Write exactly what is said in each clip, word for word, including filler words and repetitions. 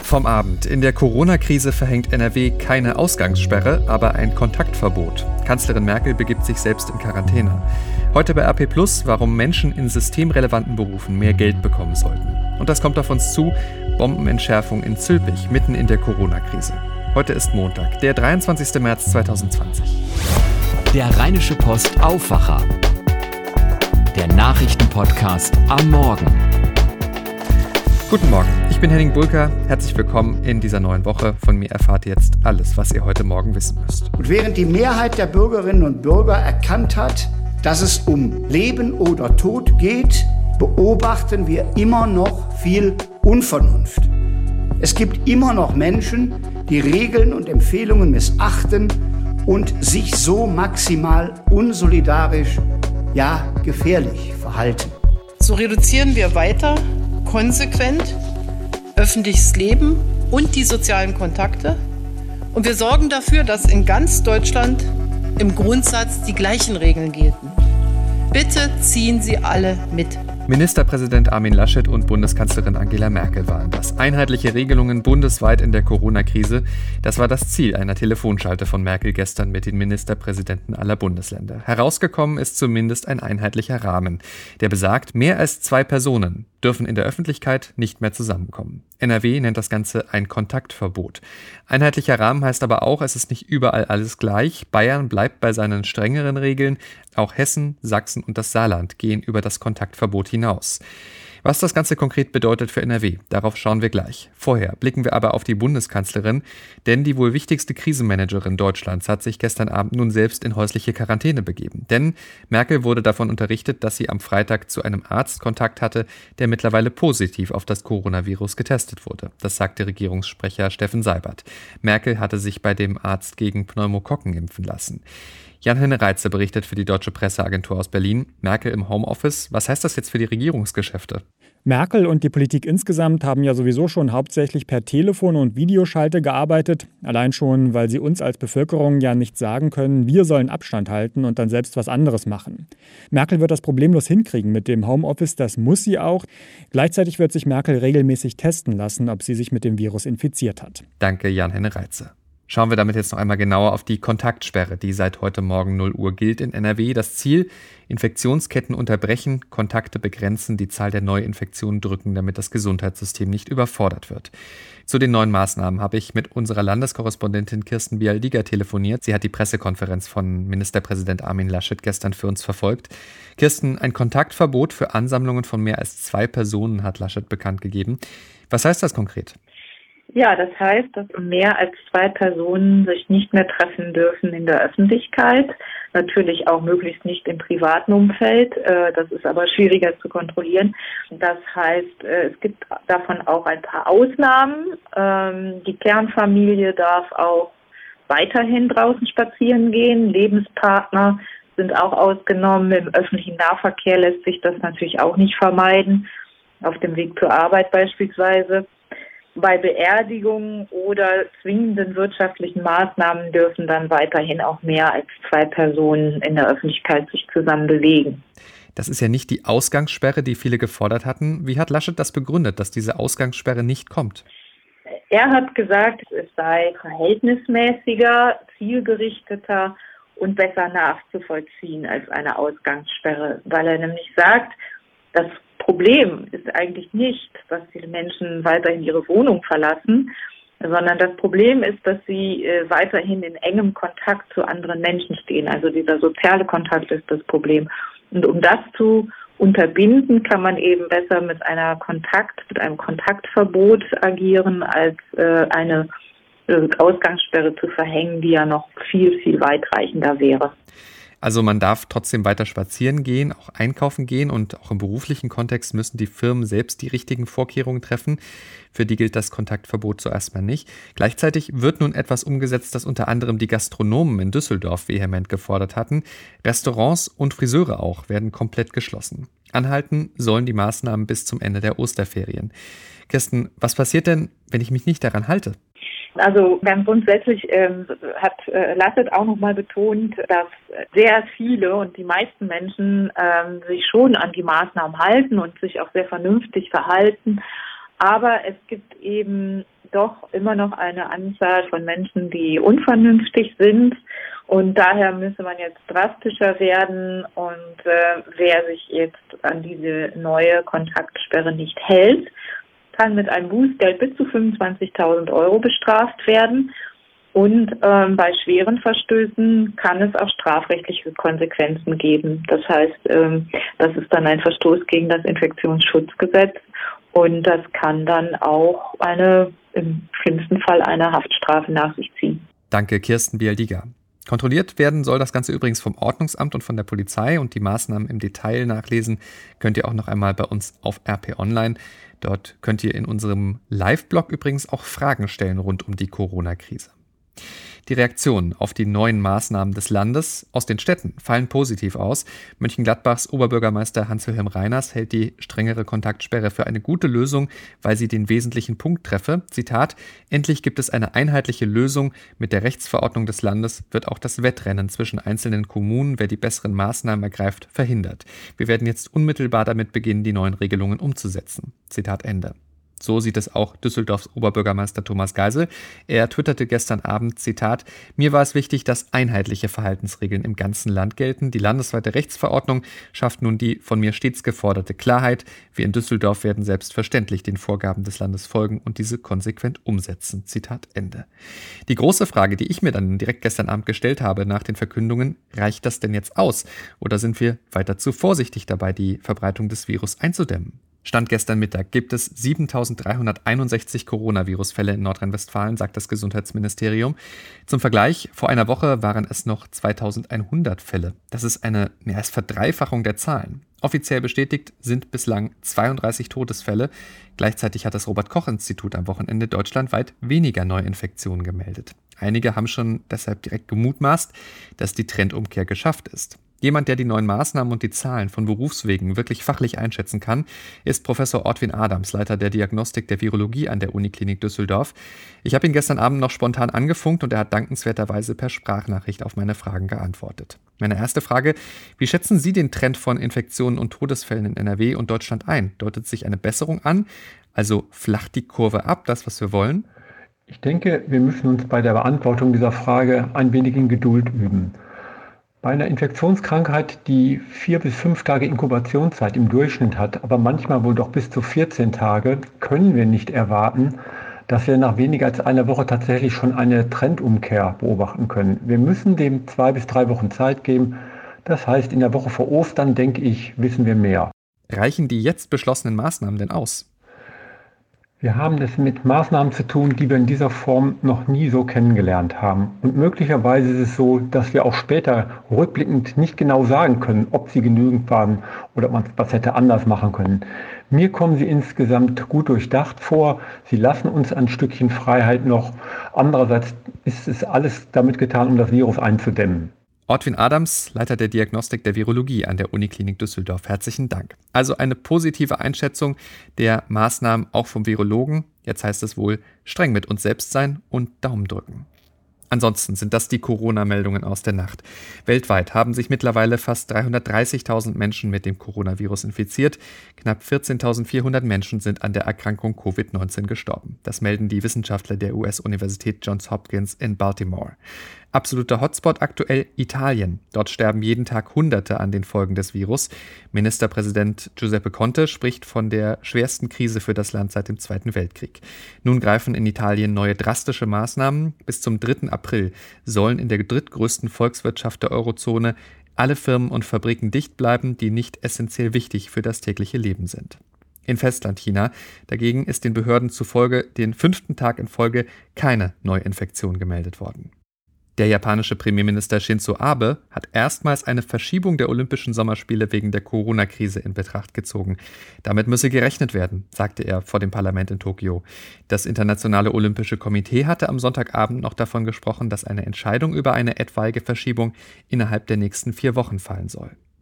vom Abend. In der Corona-Krise verhängt N R W keine Ausgangssperre, aber ein Kontaktverbot. Kanzlerin Merkel begibt sich selbst in Quarantäne. Heute bei R P plus, warum Menschen in systemrelevanten Berufen mehr Geld bekommen sollten. Und das kommt auf uns zu, Bombenentschärfung in Zülpich, mitten in der Corona-Krise. Heute ist Montag, der dreiundzwanzigster März zweitausendzwanzig. Der Rheinische Post Aufwacher. Der Nachrichtenpodcast am Morgen. Guten Morgen, ich bin Henning Bulka. Herzlich willkommen in dieser neuen Woche. Von mir erfahrt ihr jetzt alles, was ihr heute Morgen wissen müsst. Und während die Mehrheit der Bürgerinnen und Bürger erkannt hat, dass es um Leben oder Tod geht, beobachten wir immer noch viel Unvernunft. Es gibt immer noch Menschen, die Regeln und Empfehlungen missachten und sich so maximal unsolidarisch, ja gefährlich verhalten. So reduzieren wir weiter konsequent öffentliches Leben und die sozialen Kontakte. Und wir sorgen dafür, dass in ganz Deutschland im Grundsatz die gleichen Regeln gelten. Bitte ziehen Sie alle mit. Ministerpräsident Armin Laschet und Bundeskanzlerin Angela Merkel waren das. Einheitliche Regelungen bundesweit in der Corona-Krise, das war das Ziel einer Telefonschalte von Merkel gestern mit den Ministerpräsidenten aller Bundesländer. Herausgekommen ist zumindest ein einheitlicher Rahmen, der besagt, mehr als zwei Personen dürfen in der Öffentlichkeit nicht mehr zusammenkommen. N R W nennt das Ganze ein Kontaktverbot. Einheitlicher Rahmen heißt aber auch, es ist nicht überall alles gleich. Bayern bleibt bei seinen strengeren Regeln. Auch Hessen, Sachsen und das Saarland gehen über das Kontaktverbot hinaus. Was das Ganze konkret bedeutet für N R W, darauf schauen wir gleich. Vorher blicken wir aber auf die Bundeskanzlerin, denn die wohl wichtigste Krisenmanagerin Deutschlands hat sich gestern Abend nun selbst in häusliche Quarantäne begeben. Denn Merkel wurde davon unterrichtet, dass sie am Freitag zu einem Arzt Kontakt hatte, der mittlerweile positiv auf das Coronavirus getestet wurde. Das sagte Regierungssprecher Steffen Seibert. Merkel hatte sich bei dem Arzt gegen Pneumokokken impfen lassen. Jan-Henner Reitze berichtet für die Deutsche Presseagentur aus Berlin. Merkel im Homeoffice. Was heißt das jetzt für die Regierungsgeschäfte? Merkel und die Politik insgesamt haben ja sowieso schon hauptsächlich per Telefon und Videoschalte gearbeitet. Allein schon, weil sie uns als Bevölkerung ja nicht sagen können, wir sollen Abstand halten und dann selbst was anderes machen. Merkel wird das problemlos hinkriegen mit dem Homeoffice, das muss sie auch. Gleichzeitig wird sich Merkel regelmäßig testen lassen, ob sie sich mit dem Virus infiziert hat. Danke, Jan-Henner Reitze. Schauen wir damit jetzt noch einmal genauer auf die Kontaktsperre, die seit heute Morgen null Uhr gilt in N R W. Das Ziel: Infektionsketten unterbrechen, Kontakte begrenzen, die Zahl der Neuinfektionen drücken, damit das Gesundheitssystem nicht überfordert wird. Zu den neuen Maßnahmen habe ich mit unserer Landeskorrespondentin Kirsten Bialdiger telefoniert. Sie hat die Pressekonferenz von Ministerpräsident Armin Laschet gestern für uns verfolgt. Kirsten, ein Kontaktverbot für Ansammlungen von mehr als zwei Personen hat Laschet bekannt gegeben. Was heißt das konkret? Ja, das heißt, dass mehr als zwei Personen sich nicht mehr treffen dürfen in der Öffentlichkeit. Natürlich auch möglichst nicht im privaten Umfeld. Das ist aber schwieriger zu kontrollieren. Das heißt, es gibt davon auch ein paar Ausnahmen. Die Kernfamilie darf auch weiterhin draußen spazieren gehen. Lebenspartner sind auch ausgenommen. Im öffentlichen Nahverkehr lässt sich das natürlich auch nicht vermeiden. Auf dem Weg zur Arbeit beispielsweise. Bei Beerdigungen oder zwingenden wirtschaftlichen Maßnahmen dürfen dann weiterhin auch mehr als zwei Personen in der Öffentlichkeit sich zusammen bewegen. Das ist ja nicht die Ausgangssperre, die viele gefordert hatten. Wie hat Laschet das begründet, dass diese Ausgangssperre nicht kommt? Er hat gesagt, es sei verhältnismäßiger, zielgerichteter und besser nachzuvollziehen als eine Ausgangssperre, weil er nämlich sagt, das Problem ist eigentlich nicht, dass die Menschen weiterhin ihre Wohnung verlassen, sondern das Problem ist, dass sie äh, weiterhin in engem Kontakt zu anderen Menschen stehen. Also dieser soziale Kontakt ist das Problem. Und um das zu unterbinden, kann man eben besser mit einer Kontakt, mit einem Kontaktverbot agieren, als äh, eine äh, Ausgangssperre zu verhängen, die ja noch viel, viel weitreichender wäre. Also man darf trotzdem weiter spazieren gehen, auch einkaufen gehen und auch im beruflichen Kontext müssen die Firmen selbst die richtigen Vorkehrungen treffen. Für die gilt das Kontaktverbot zuerst mal nicht. Gleichzeitig wird nun etwas umgesetzt, das unter anderem die Gastronomen in Düsseldorf vehement gefordert hatten. Restaurants und Friseure auch werden komplett geschlossen. Anhalten sollen die Maßnahmen bis zum Ende der Osterferien. Kirsten, was passiert denn, wenn ich mich nicht daran halte? Also ganz grundsätzlich ähm, hat äh, Laschet auch nochmal betont, dass sehr viele und die meisten Menschen ähm, sich schon an die Maßnahmen halten und sich auch sehr vernünftig verhalten. Aber es gibt eben doch immer noch eine Anzahl von Menschen, die unvernünftig sind. Und daher müsse man jetzt drastischer werden. Und äh, wer sich jetzt an diese neue Kontaktsperre nicht hält, kann mit einem Bußgeld bis zu fünfundzwanzigtausend Euro bestraft werden. Und ähm, bei schweren Verstößen kann es auch strafrechtliche Konsequenzen geben. Das heißt, ähm, das ist dann ein Verstoß gegen das Infektionsschutzgesetz und das kann dann auch eine, im schlimmsten Fall eine Haftstrafe nach sich ziehen. Danke, Kirsten Bialdiger. Kontrolliert werden soll das Ganze übrigens vom Ordnungsamt und von der Polizei und die Maßnahmen im Detail nachlesen könnt ihr auch noch einmal bei uns auf R P Online. Dort könnt ihr in unserem Live-Blog übrigens auch Fragen stellen rund um die Corona-Krise. Die Reaktionen auf die neuen Maßnahmen des Landes aus den Städten fallen positiv aus. Mönchengladbachs Oberbürgermeister Hans-Wilhelm Reiners hält die strengere Kontaktsperre für eine gute Lösung, weil sie den wesentlichen Punkt treffe. Zitat: Endlich gibt es eine einheitliche Lösung. Mit der Rechtsverordnung des Landes wird auch das Wettrennen zwischen einzelnen Kommunen, wer die besseren Maßnahmen ergreift, verhindert. Wir werden jetzt unmittelbar damit beginnen, die neuen Regelungen umzusetzen. Zitat Ende. So sieht es auch Düsseldorfs Oberbürgermeister Thomas Geisel. Er twitterte gestern Abend, Zitat: Mir war es wichtig, dass einheitliche Verhaltensregeln im ganzen Land gelten. Die landesweite Rechtsverordnung schafft nun die von mir stets geforderte Klarheit. Wir in Düsseldorf werden selbstverständlich den Vorgaben des Landes folgen und diese konsequent umsetzen. Zitat Ende. Die große Frage, die ich mir dann direkt gestern Abend gestellt habe nach den Verkündungen, reicht das denn jetzt aus? Oder sind wir weiter zu vorsichtig dabei, die Verbreitung des Virus einzudämmen? Stand gestern Mittag gibt es siebentausenddreihunderteinundsechzig Coronavirus-Fälle in Nordrhein-Westfalen, sagt das Gesundheitsministerium. Zum Vergleich, vor einer Woche waren es noch zweitausendeinhundert Fälle. Das ist eine mehr als Verdreifachung der Zahlen. Offiziell bestätigt sind bislang zweiunddreißig Todesfälle. Gleichzeitig hat das Robert-Koch-Institut am Wochenende deutschlandweit weniger Neuinfektionen gemeldet. Einige haben schon deshalb direkt gemutmaßt, dass die Trendumkehr geschafft ist. Jemand, der die neuen Maßnahmen und die Zahlen von Berufswegen wirklich fachlich einschätzen kann, ist Professor Ortwin Adams, Leiter der Diagnostik der Virologie an der Uniklinik Düsseldorf. Ich habe ihn gestern Abend noch spontan angefunkt und er hat dankenswerterweise per Sprachnachricht auf meine Fragen geantwortet. Meine erste Frage: Wie schätzen Sie den Trend von Infektionen und Todesfällen in N R W und Deutschland ein? Deutet sich eine Besserung an? Also flacht die Kurve ab, das, was wir wollen? Ich denke, wir müssen uns bei der Beantwortung dieser Frage ein wenig in Geduld üben. Bei einer Infektionskrankheit, die vier bis fünf Tage Inkubationszeit im Durchschnitt hat, aber manchmal wohl doch bis zu vierzehn Tage, können wir nicht erwarten, dass wir nach weniger als einer Woche tatsächlich schon eine Trendumkehr beobachten können. Wir müssen dem zwei bis drei Wochen Zeit geben. Das heißt, in der Woche vor Ostern, denke ich, wissen wir mehr. Reichen die jetzt beschlossenen Maßnahmen denn aus? Wir haben es mit Maßnahmen zu tun, die wir in dieser Form noch nie so kennengelernt haben. Und möglicherweise ist es so, dass wir auch später rückblickend nicht genau sagen können, ob sie genügend waren oder ob man was hätte anders machen können. Mir kommen sie insgesamt gut durchdacht vor. Sie lassen uns ein Stückchen Freiheit noch. Andererseits ist es alles damit getan, um das Virus einzudämmen. Ortwin Adams, Leiter der Diagnostik der Virologie an der Uniklinik Düsseldorf. Herzlichen Dank. Also eine positive Einschätzung der Maßnahmen auch vom Virologen. Jetzt heißt es wohl, streng mit uns selbst sein und Daumen drücken. Ansonsten sind das die Corona-Meldungen aus der Nacht. Weltweit haben sich mittlerweile fast dreihundertdreißigtausend Menschen mit dem Coronavirus infiziert. Knapp vierzehntausendvierhundert Menschen sind an der Erkrankung Covid neunzehn gestorben. Das melden die Wissenschaftler der U S-Universität Johns Hopkins in Baltimore. Absoluter Hotspot aktuell Italien. Dort sterben jeden Tag Hunderte an den Folgen des Virus. Ministerpräsident Giuseppe Conte spricht von der schwersten Krise für das Land seit dem Zweiten Weltkrieg. Nun greifen in Italien neue drastische Maßnahmen. Bis zum dritten April sollen in der drittgrößten Volkswirtschaft der Eurozone alle Firmen und Fabriken dicht bleiben, die nicht essentiell wichtig für das tägliche Leben sind. In Festlandchina dagegen ist den Behörden zufolge den fünften Tag in Folge keine Neuinfektion gemeldet worden. Der japanische Premierminister Shinzo Abe hat erstmals eine Verschiebung der Olympischen Sommerspiele wegen der Corona-Krise in Betracht gezogen. Damit müsse gerechnet werden, sagte er vor dem Parlament in Tokio. Das Internationale Olympische Komitee hatte am Sonntagabend noch davon gesprochen, dass eine Entscheidung über eine etwaige Verschiebung innerhalb der nächsten vier Wochen fallen soll.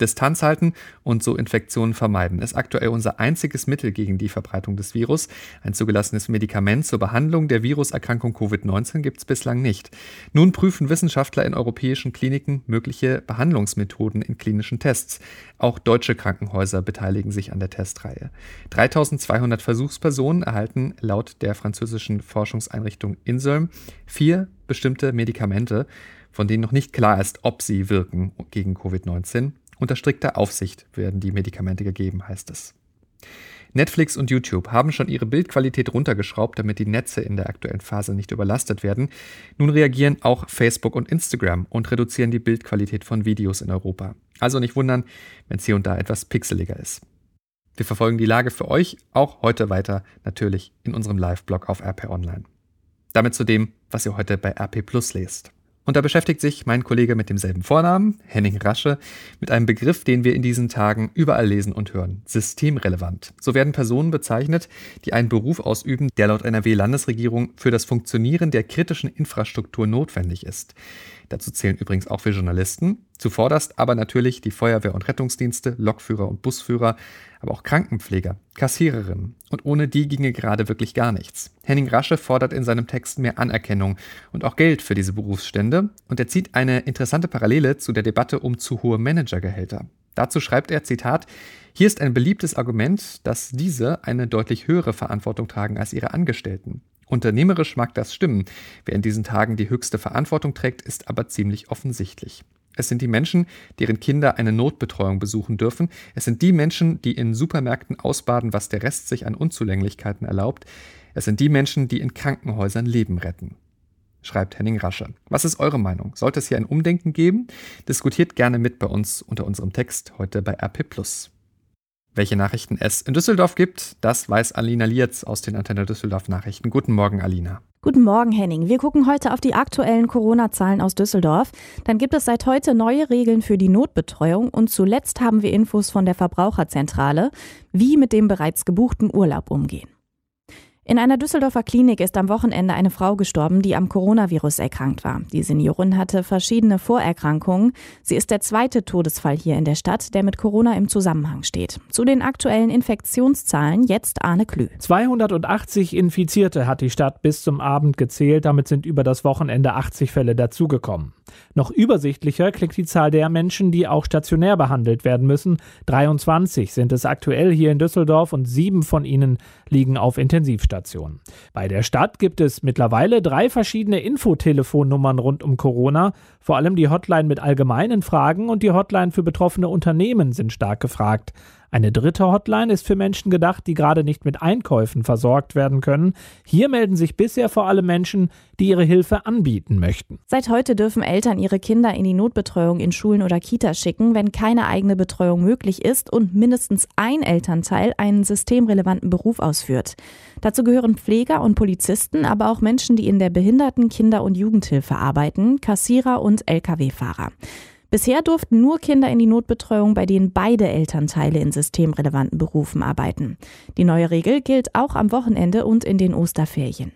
Distanz halten und so Infektionen vermeiden ist aktuell unser einziges Mittel gegen die Verbreitung des Virus. Ein zugelassenes Medikament zur Behandlung der Viruserkrankung Covid neunzehn gibt es bislang nicht. Nun prüfen Wissenschaftler in europäischen Kliniken mögliche Behandlungsmethoden in klinischen Tests. Auch deutsche Krankenhäuser beteiligen sich an der Testreihe. dreitausendzweihundert Versuchspersonen erhalten laut der französischen Forschungseinrichtung INSERM vier bestimmte Medikamente, von denen noch nicht klar ist, ob sie wirken gegen Covid neunzehn. Unter strikter Aufsicht werden die Medikamente gegeben, heißt es. Netflix und YouTube haben schon ihre Bildqualität runtergeschraubt, damit die Netze in der aktuellen Phase nicht überlastet werden. Nun reagieren auch Facebook und Instagram und reduzieren die Bildqualität von Videos in Europa. Also nicht wundern, wenn es hier und da etwas pixeliger ist. Wir verfolgen die Lage für euch auch heute weiter, natürlich in unserem Live-Blog auf R P Online. Damit zu dem, was ihr heute bei R P Plus lest. Und da beschäftigt sich mein Kollege mit demselben Vornamen, Henning Rasche, mit einem Begriff, den wir in diesen Tagen überall lesen und hören: systemrelevant. So werden Personen bezeichnet, die einen Beruf ausüben, der laut N R W-Landesregierung für das Funktionieren der kritischen Infrastruktur notwendig ist. Dazu zählen übrigens auch wir Journalisten, zuvorderst aber natürlich die Feuerwehr- und Rettungsdienste, Lokführer und Busführer, aber auch Krankenpfleger, Kassiererinnen. Und ohne die ginge gerade wirklich gar nichts. Henning Rasche fordert in seinem Text mehr Anerkennung und auch Geld für diese Berufsstände. Und er zieht eine interessante Parallele zu der Debatte um zu hohe Managergehälter. Dazu schreibt er, Zitat, hier ist ein beliebtes Argument, dass diese eine deutlich höhere Verantwortung tragen als ihre Angestellten. Unternehmerisch mag das stimmen. Wer in diesen Tagen die höchste Verantwortung trägt, ist aber ziemlich offensichtlich. Es sind die Menschen, deren Kinder eine Notbetreuung besuchen dürfen. Es sind die Menschen, die in Supermärkten ausbaden, was der Rest sich an Unzulänglichkeiten erlaubt. Es sind die Menschen, die in Krankenhäusern Leben retten. Schreibt Henning Rasche. Was ist eure Meinung? Sollte es hier ein Umdenken geben? Diskutiert gerne mit bei uns unter unserem Text heute bei R P Plus. Welche Nachrichten es in Düsseldorf gibt, das weiß Alina Lietz aus den Antenne Düsseldorf Nachrichten. Guten Morgen, Alina. Guten Morgen, Henning. Wir gucken heute auf die aktuellen Corona-Zahlen aus Düsseldorf. Dann gibt es seit heute neue Regeln für die Notbetreuung und zuletzt haben wir Infos von der Verbraucherzentrale, wie mit dem bereits gebuchten Urlaub umgehen. In einer Düsseldorfer Klinik ist am Wochenende eine Frau gestorben, die am Coronavirus erkrankt war. Die Seniorin hatte verschiedene Vorerkrankungen. Sie ist der zweite Todesfall hier in der Stadt, der mit Corona im Zusammenhang steht. Zu den aktuellen Infektionszahlen jetzt Arne Klü. zweihundertachtzig Infizierte hat die Stadt bis zum Abend gezählt. Damit sind über das Wochenende achtzig Fälle dazugekommen. Noch übersichtlicher klingt die Zahl der Menschen, die auch stationär behandelt werden müssen. dreiundzwanzig sind es aktuell hier in Düsseldorf und sieben von ihnen liegen auf Intensivstationen. Bei der Stadt gibt es mittlerweile drei verschiedene Infotelefonnummern rund um Corona. Vor allem die Hotline mit allgemeinen Fragen und die Hotline für betroffene Unternehmen sind stark gefragt. Eine dritte Hotline ist für Menschen gedacht, die gerade nicht mit Einkäufen versorgt werden können. Hier melden sich bisher vor allem Menschen, die ihre Hilfe anbieten möchten. Seit heute dürfen Eltern ihre Kinder in die Notbetreuung in Schulen oder Kitas schicken, wenn keine eigene Betreuung möglich ist und mindestens ein Elternteil einen systemrelevanten Beruf ausführt. Dazu gehören Pfleger und Polizisten, aber auch Menschen, die in der Behinderten-, Kinder- und Jugendhilfe arbeiten, Kassierer und L K W-Fahrer. Bisher durften nur Kinder in die Notbetreuung, bei denen beide Elternteile in systemrelevanten Berufen arbeiten. Die neue Regel gilt auch am Wochenende und in den Osterferien.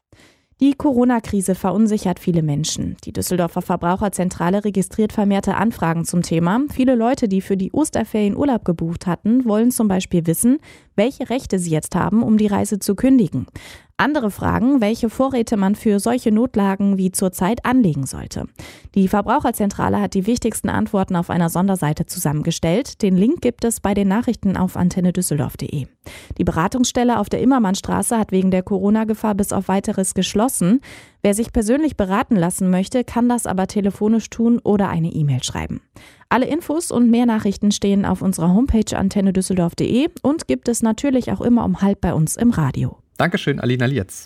Die Corona-Krise verunsichert viele Menschen. Die Düsseldorfer Verbraucherzentrale registriert vermehrte Anfragen zum Thema. Viele Leute, die für die Osterferien Urlaub gebucht hatten, wollen zum Beispiel wissen, welche Rechte sie jetzt haben, um die Reise zu kündigen. Andere fragen, welche Vorräte man für solche Notlagen wie zurzeit anlegen sollte. Die Verbraucherzentrale hat die wichtigsten Antworten auf einer Sonderseite zusammengestellt. Den Link gibt es bei den Nachrichten auf antenne düsseldorf punkt de. Die Beratungsstelle auf der Immermannstraße hat wegen der Corona-Gefahr bis auf Weiteres geschlossen. Wer sich persönlich beraten lassen möchte, kann das aber telefonisch tun oder eine E-Mail schreiben. Alle Infos und mehr Nachrichten stehen auf unserer Homepage antenne düsseldorf punkt de und gibt es natürlich auch immer um halb bei uns im Radio. Dankeschön, Alina Lietz.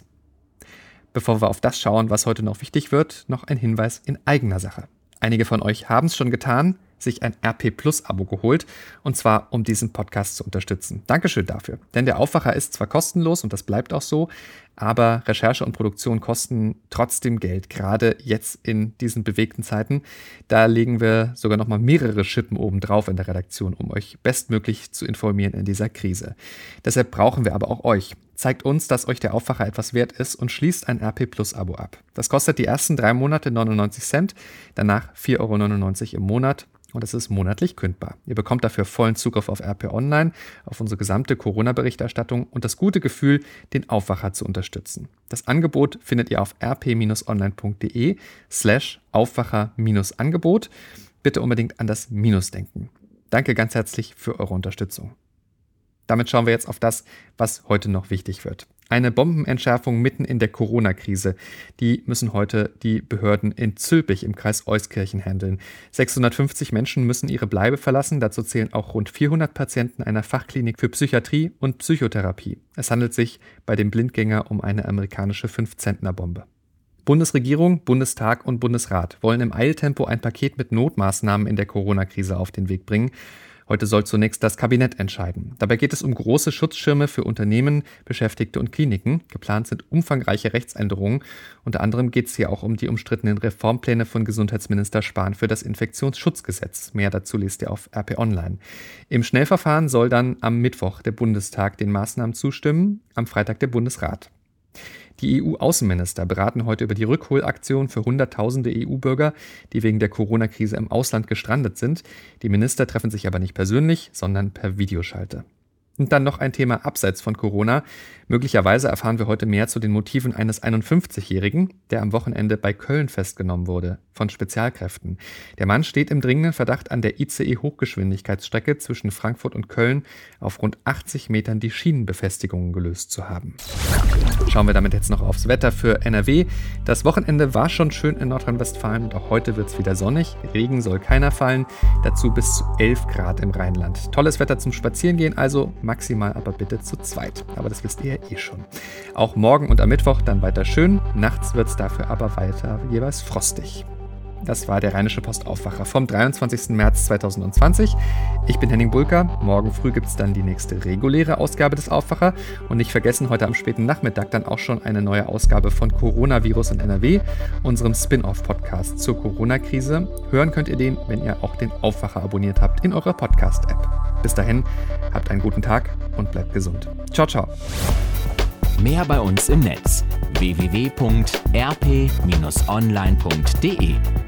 Bevor wir auf das schauen, was heute noch wichtig wird, noch ein Hinweis in eigener Sache. Einige von euch haben es schon getan, sich ein R P Plus Abo geholt, und zwar um diesen Podcast zu unterstützen. Dankeschön dafür, denn der Aufwacher ist zwar kostenlos und das bleibt auch so, aber Recherche und Produktion kosten trotzdem Geld, gerade jetzt in diesen bewegten Zeiten. Da legen wir sogar noch mal mehrere Schippen obendrauf in der Redaktion, um euch bestmöglich zu informieren in dieser Krise. Deshalb brauchen wir aber auch euch. Zeigt uns, dass euch der Aufwacher etwas wert ist und schließt ein R P Plus Abo ab. Das kostet die ersten drei Monate neunundneunzig Cent, danach vier Euro neunundneunzig im Monat. und es ist monatlich kündbar. Ihr bekommt dafür vollen Zugriff auf R P Online, auf unsere gesamte Corona-Berichterstattung und das gute Gefühl, den Aufwacher zu unterstützen. Das Angebot findet ihr auf rp-online.de slash Aufwacher-Angebot. Bitte unbedingt an das Minus denken. Danke ganz herzlich für eure Unterstützung. Damit schauen wir jetzt auf das, was heute noch wichtig wird. Eine Bombenentschärfung mitten in der Corona-Krise. Die müssen heute die Behörden in Zülpich im Kreis Euskirchen handeln. sechshundertfünfzig Menschen müssen ihre Bleibe verlassen. Dazu zählen auch rund vierhundert Patienten einer Fachklinik für Psychiatrie und Psychotherapie. Es handelt sich bei dem Blindgänger um eine amerikanische fünf-Zentner-Bombe. Bundesregierung, Bundestag und Bundesrat wollen im Eiltempo ein Paket mit Notmaßnahmen in der Corona-Krise auf den Weg bringen. Heute soll zunächst das Kabinett entscheiden. Dabei geht es um große Schutzschirme für Unternehmen, Beschäftigte und Kliniken. Geplant sind umfangreiche Rechtsänderungen. Unter anderem geht es hier auch um die umstrittenen Reformpläne von Gesundheitsminister Spahn für das Infektionsschutzgesetz. Mehr dazu lest ihr auf R P Online. Im Schnellverfahren soll dann am Mittwoch der Bundestag den Maßnahmen zustimmen, am Freitag der Bundesrat. Die E U-Außenminister beraten heute über die Rückholaktion für Hunderttausende E U-Bürger, die wegen der Corona-Krise im Ausland gestrandet sind. Die Minister treffen sich aber nicht persönlich, sondern per Videoschalte. Und dann noch ein Thema abseits von Corona. Möglicherweise erfahren wir heute mehr zu den Motiven eines einundfünfzigjährigen, der am Wochenende bei Köln festgenommen wurde, von Spezialkräften. Der Mann steht im dringenden Verdacht, an der I C E-Hochgeschwindigkeitsstrecke zwischen Frankfurt und Köln auf rund achtzig Metern die Schienenbefestigungen gelöst zu haben. Schauen wir damit jetzt noch aufs Wetter für N R W. Das Wochenende war schon schön in Nordrhein-Westfalen und auch heute wird es wieder sonnig. Regen soll keiner fallen, dazu bis zu elf Grad im Rheinland. Tolles Wetter zum Spazierengehen, also maximal aber bitte zu zweit. Aber das wisst ihr ja eh schon. Auch morgen und am Mittwoch dann weiter schön. Nachts wird es dafür aber weiter jeweils frostig. Das war der Rheinische Post Aufwacher vom dreiundzwanzigsten März zweitausendzwanzig. Ich bin Henning Bulka. Morgen früh gibt es dann die nächste reguläre Ausgabe des Aufwacher. Und nicht vergessen, heute am späten Nachmittag dann auch schon eine neue Ausgabe von Coronavirus in N R W, unserem Spin-off-Podcast zur Corona-Krise. Hören könnt ihr den, wenn ihr auch den Aufwacher abonniert habt in eurer Podcast-App. Bis dahin, habt einen guten Tag und bleibt gesund. Ciao, ciao. Mehr bei uns im Netz w w w punkt r p Bindestrich online punkt d e